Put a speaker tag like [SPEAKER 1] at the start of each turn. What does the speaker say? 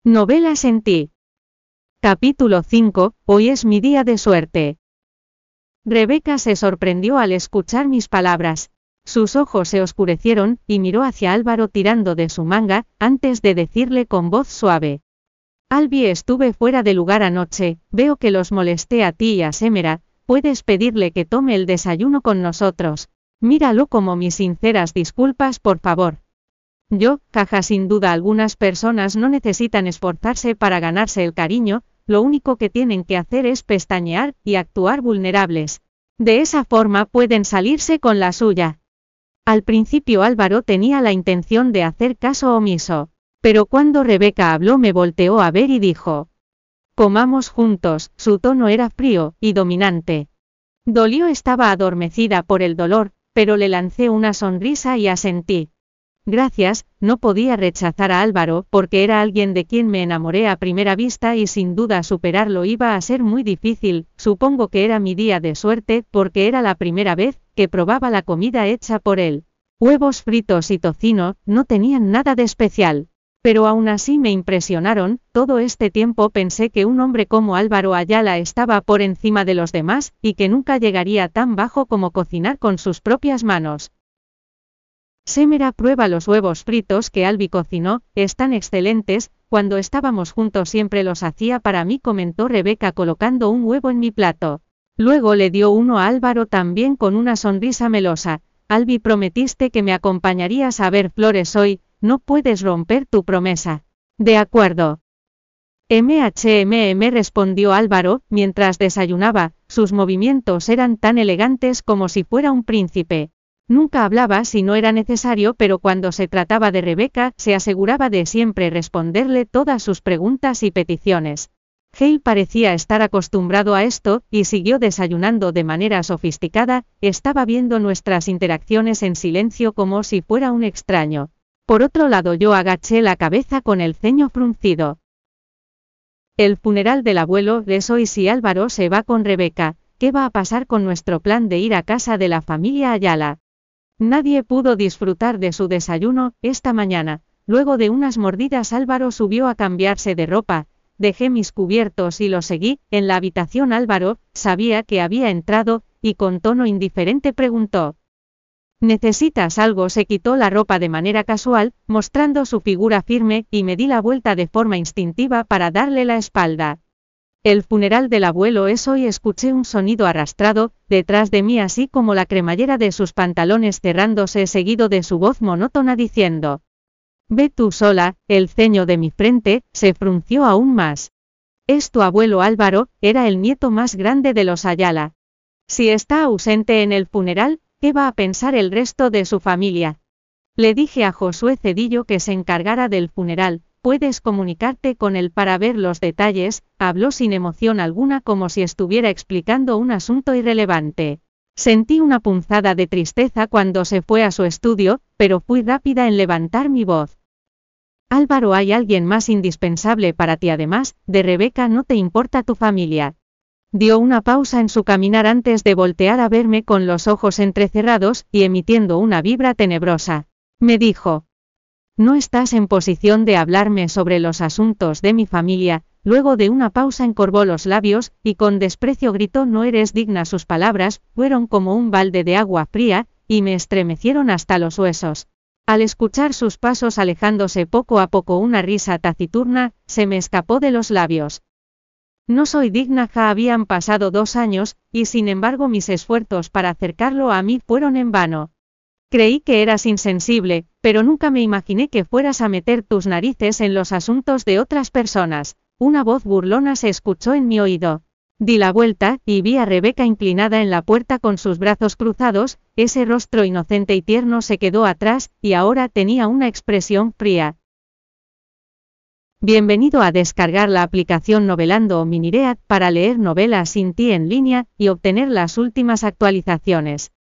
[SPEAKER 1] Novelas en ti. Capítulo 5. Hoy es mi día de suerte. Rebeca se sorprendió al escuchar mis palabras. Sus ojos se oscurecieron, y miró hacia Álvaro tirando de su manga, antes de decirle con voz suave. Albi, estuve fuera de lugar anoche, veo que los molesté a ti y a Semera, puedes pedirle que tome el desayuno con nosotros. Míralo como mis sinceras disculpas, por favor. Sin duda algunas personas no necesitan esforzarse para ganarse el cariño, lo único que tienen que hacer es pestañear y actuar vulnerables. De esa forma pueden salirse con la suya. Al principio Álvaro tenía la intención de hacer caso omiso, pero cuando Rebeca habló me volteó a ver y dijo: comamos juntos. Su tono era frío y dominante. Dolió, estaba adormecida por el dolor, pero le lancé una sonrisa y asentí. Gracias. No podía rechazar a Álvaro porque era alguien de quien me enamoré a primera vista y sin duda superarlo iba a ser muy difícil. Supongo que era mi día de suerte porque era la primera vez que probaba la comida hecha por él. Huevos fritos y tocino no tenían nada de especial, pero aún así me impresionaron. Todo este tiempo pensé que un hombre como Álvaro Ayala estaba por encima de los demás y que nunca llegaría tan bajo como cocinar con sus propias manos. Semera, prueba los huevos fritos que Albi cocinó, están excelentes. Cuando estábamos juntos siempre los hacía para mí, comentó Rebeca colocando un huevo en mi plato. Luego le dio uno a Álvaro también con una sonrisa melosa. Albi, prometiste que me acompañarías a ver flores hoy, no puedes romper tu promesa. De acuerdo. Respondió Álvaro, mientras desayunaba, sus movimientos eran tan elegantes como si fuera un príncipe. Nunca hablaba si no era necesario, pero cuando se trataba de Rebeca, se aseguraba de siempre responderle todas sus preguntas y peticiones. Hale parecía estar acostumbrado a esto, y siguió desayunando de manera sofisticada. Estaba viendo nuestras interacciones en silencio como si fuera un extraño. Por otro lado, yo agaché la cabeza con el ceño fruncido. El funeral del abuelo es hoy. Si Álvaro se va con Rebeca, ¿qué va a pasar con nuestro plan de ir a casa de la familia Ayala? Nadie pudo disfrutar de su desayuno esta mañana. Luego de unas mordidas Álvaro subió a cambiarse de ropa. Dejé mis cubiertos y lo seguí. En la habitación Álvaro sabía que había entrado, y con tono indiferente preguntó: ¿necesitas algo? Se quitó la ropa de manera casual, mostrando su figura firme, y me di la vuelta de forma instintiva para darle la espalda. El funeral del abuelo es hoy. Escuché un sonido arrastrado detrás de mí, así como la cremallera de sus pantalones cerrándose, seguido de su voz monótona diciendo: ve tú sola. El ceño de mi frente se frunció aún más. ¿Es tu abuelo Álvaro? Era el nieto más grande de los Ayala. Si está ausente en el funeral, ¿qué va a pensar el resto de su familia? Le dije a Josué Cedillo que se encargara del funeral. Puedes comunicarte con él para ver los detalles. Habló sin emoción alguna, como si estuviera explicando un asunto irrelevante. Sentí una punzada de tristeza cuando se fue a su estudio, pero fui rápida en levantar mi voz. Álvaro, hay alguien más indispensable para ti además de Rebeca. ¿No te importa tu familia? Dio una pausa en su caminar antes de voltear a verme con los ojos entrecerrados y emitiendo una vibra tenebrosa. Me dijo: no estás en posición de hablarme sobre los asuntos de mi familia. Luego de una pausa encorvó los labios, y con desprecio gritó: no eres digna. Sus palabras fueron como un balde de agua fría, y me estremecieron hasta los huesos. Al escuchar sus pasos alejándose poco a poco, una risa taciturna se me escapó de los labios. No soy digna. Habían pasado 2 años, y sin embargo mis esfuerzos para acercarlo a mí fueron en vano. Creí que eras insensible, pero nunca me imaginé que fueras a meter tus narices en los asuntos de otras personas. Una voz burlona se escuchó en mi oído. Di la vuelta, y vi a Rebeca inclinada en la puerta con sus brazos cruzados. Ese rostro inocente y tierno se quedó atrás, y ahora tenía una expresión fría. Bienvenido a descargar la aplicación Novelando o Miniread para leer novelas sin ti en línea, y obtener las últimas actualizaciones.